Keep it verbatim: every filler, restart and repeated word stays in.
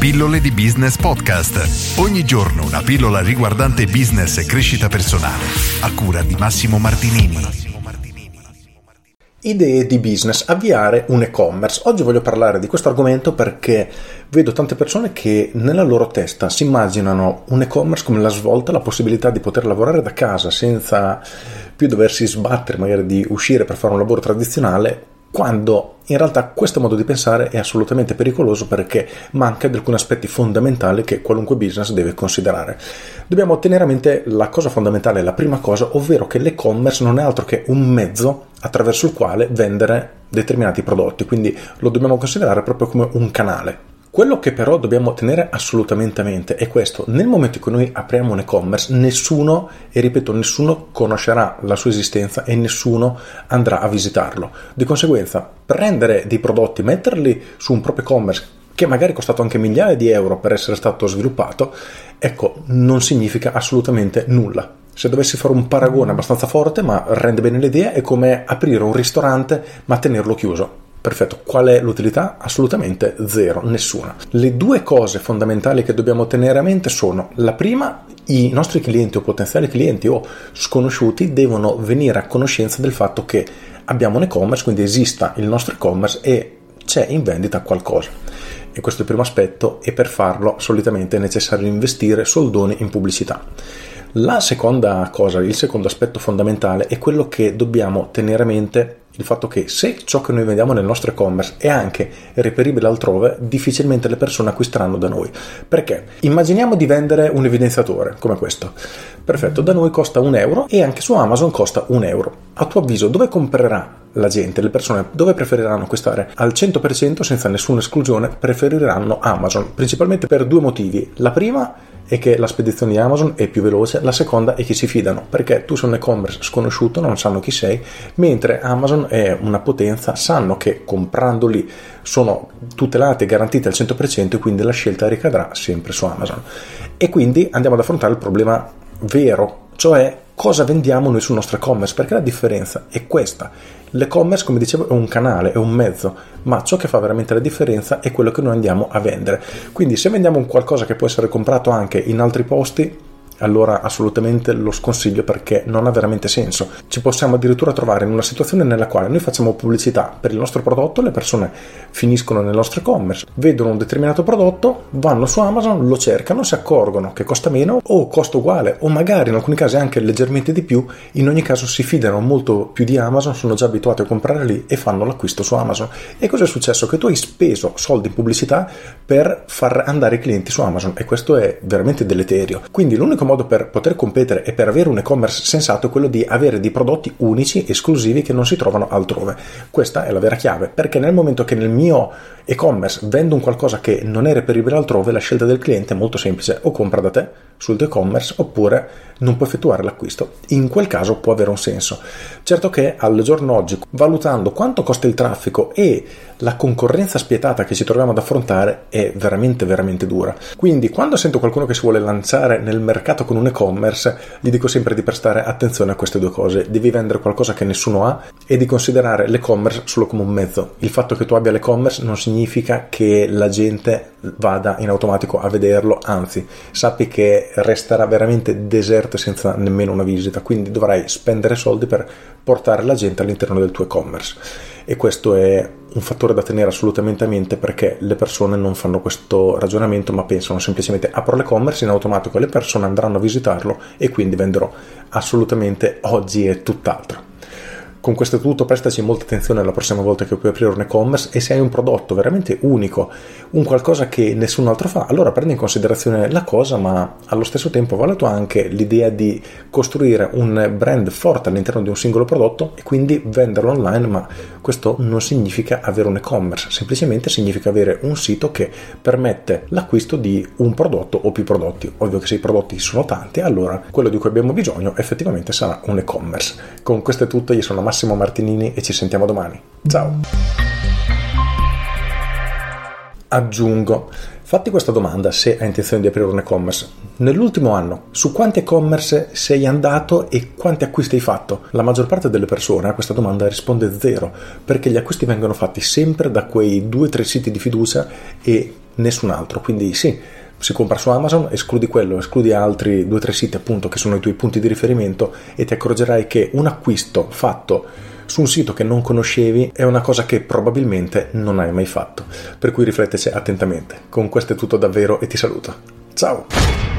Pillole di Business Podcast. Ogni giorno una pillola riguardante business e crescita personale, a cura di Massimo Martinini. Idee di business, avviare un e-commerce. Oggi voglio parlare di questo argomento perché vedo tante persone che nella loro testa si immaginano un e-commerce come la svolta, la possibilità di poter lavorare da casa senza più doversi sbattere, magari di uscire per fare un lavoro tradizionale, quando in realtà questo modo di pensare è assolutamente pericoloso perché manca di alcuni aspetti fondamentali che qualunque business deve considerare. Dobbiamo tenere a mente la cosa fondamentale, la prima cosa, ovvero che l'e-commerce non è altro che un mezzo attraverso il quale vendere determinati prodotti, quindi lo dobbiamo considerare proprio come un canale. Quello che però dobbiamo tenere assolutamente a mente è questo: nel momento in cui noi apriamo un e-commerce, nessuno, e ripeto, nessuno conoscerà la sua esistenza e nessuno andrà a visitarlo. Di conseguenza, prendere dei prodotti, metterli su un proprio e-commerce, che magari è costato anche migliaia di euro per essere stato sviluppato, ecco, non significa assolutamente nulla. Se dovessi fare un paragone abbastanza forte, ma rende bene l'idea, è come aprire un ristorante ma tenerlo chiuso. Perfetto, qual è l'utilità? Assolutamente zero, nessuna. Le due cose fondamentali che dobbiamo tenere a mente sono: la prima, i nostri clienti o potenziali clienti o sconosciuti devono venire a conoscenza del fatto che abbiamo un e-commerce, quindi esista il nostro e-commerce e c'è in vendita qualcosa. E questo è il primo aspetto, e per farlo solitamente è necessario investire soldoni in pubblicità. La seconda cosa, il secondo aspetto fondamentale è quello che dobbiamo tenere a mente: il fatto che se ciò che noi vendiamo nel nostro e-commerce è anche reperibile altrove, difficilmente le persone acquisteranno da noi. Perché? Immaginiamo di vendere un evidenziatore come questo. Perfetto, da noi costa un euro e anche su Amazon costa un euro. A tuo avviso, dove comprerà la gente, le persone, dove preferiranno acquistare? Al cento per cento, senza nessuna esclusione, preferiranno Amazon, principalmente per due motivi. La prima è che la spedizione di Amazon è più veloce, la seconda è che si fidano, perché tu sei un e-commerce sconosciuto, non sanno chi sei, mentre Amazon è una potenza, sanno che comprando lì sono tutelate e garantite al cento per cento e quindi la scelta ricadrà sempre su Amazon. E quindi andiamo ad affrontare il problema vero, cioè cosa vendiamo noi sul nostro e-commerce, perché la differenza è questa. L'e-commerce, come dicevo, è un canale, è un mezzo, ma ciò che fa veramente la differenza è quello che noi andiamo a vendere. Quindi se vendiamo un qualcosa che può essere comprato anche in altri posti, allora assolutamente lo sconsiglio, perché non ha veramente senso. Ci possiamo addirittura trovare in una situazione nella quale noi facciamo pubblicità per il nostro prodotto, le persone finiscono nel nostro e-commerce, vedono un determinato prodotto, vanno su Amazon, lo cercano, si accorgono che costa meno o costa uguale o magari in alcuni casi anche leggermente di più. In ogni caso si fidano molto più di Amazon, sono già abituati a comprare lì e fanno l'acquisto su Amazon. E cosa è successo? Che tu hai speso soldi in pubblicità per far andare i clienti su Amazon, e questo è veramente deleterio. Quindi l'unico modo per poter competere e per avere un e-commerce sensato è quello di avere dei prodotti unici, esclusivi, che non si trovano altrove. Questa è la vera chiave, perché nel momento che nel mio e-commerce vendo un qualcosa che non è reperibile altrove, la scelta del cliente è molto semplice: o compra da te sul tuo e-commerce oppure non può effettuare l'acquisto. In quel caso può avere un senso. Certo che al giorno oggi, valutando quanto costa il traffico e la concorrenza spietata che ci troviamo ad affrontare, è veramente veramente dura. Quindi quando sento qualcuno che si vuole lanciare nel mercato con un e-commerce, gli dico sempre di prestare attenzione a queste due cose: devi vendere qualcosa che nessuno ha e di considerare l'e-commerce solo come un mezzo. Il fatto che tu abbia l'e-commerce non significa che la gente vada in automatico a vederlo, anzi sappi che resterà veramente deserto senza nemmeno una visita, quindi dovrai spendere soldi per portare la gente all'interno del tuo e-commerce. E questo è un fattore da tenere assolutamente a mente, perché le persone non fanno questo ragionamento, ma pensano semplicemente: apro l'e-commerce, in automatico le persone andranno a visitarlo e quindi venderò. Assolutamente oggi è tutt'altro. Con questo è tutto, prestaci molta attenzione la prossima volta che puoi aprire un e-commerce, e se hai un prodotto veramente unico, un qualcosa che nessun altro fa, allora prendi in considerazione la cosa, ma allo stesso tempo valuta anche l'idea di costruire un brand forte all'interno di un singolo prodotto e quindi venderlo online. Ma questo non significa avere un e-commerce, semplicemente significa avere un sito che permette l'acquisto di un prodotto o più prodotti. Ovvio che se i prodotti sono tanti, allora quello di cui abbiamo bisogno effettivamente sarà un e-commerce. Con questo è tutto, io sono Massimo Martinini e ci sentiamo domani. Ciao! Aggiungo, fatti questa domanda se hai intenzione di aprire un e-commerce. Nell'ultimo anno, su quanti e-commerce sei andato e quanti acquisti hai fatto? La maggior parte delle persone a questa domanda risponde zero, perché gli acquisti vengono fatti sempre da quei due o tre siti di fiducia e nessun altro. Quindi sì, si compra su Amazon, escludi quello, escludi altri due o tre siti appunto che sono i tuoi punti di riferimento e ti accorgerai che un acquisto fatto su un sito che non conoscevi è una cosa che probabilmente non hai mai fatto. Per cui rifletteci attentamente. Con questo è tutto davvero e ti saluto. Ciao!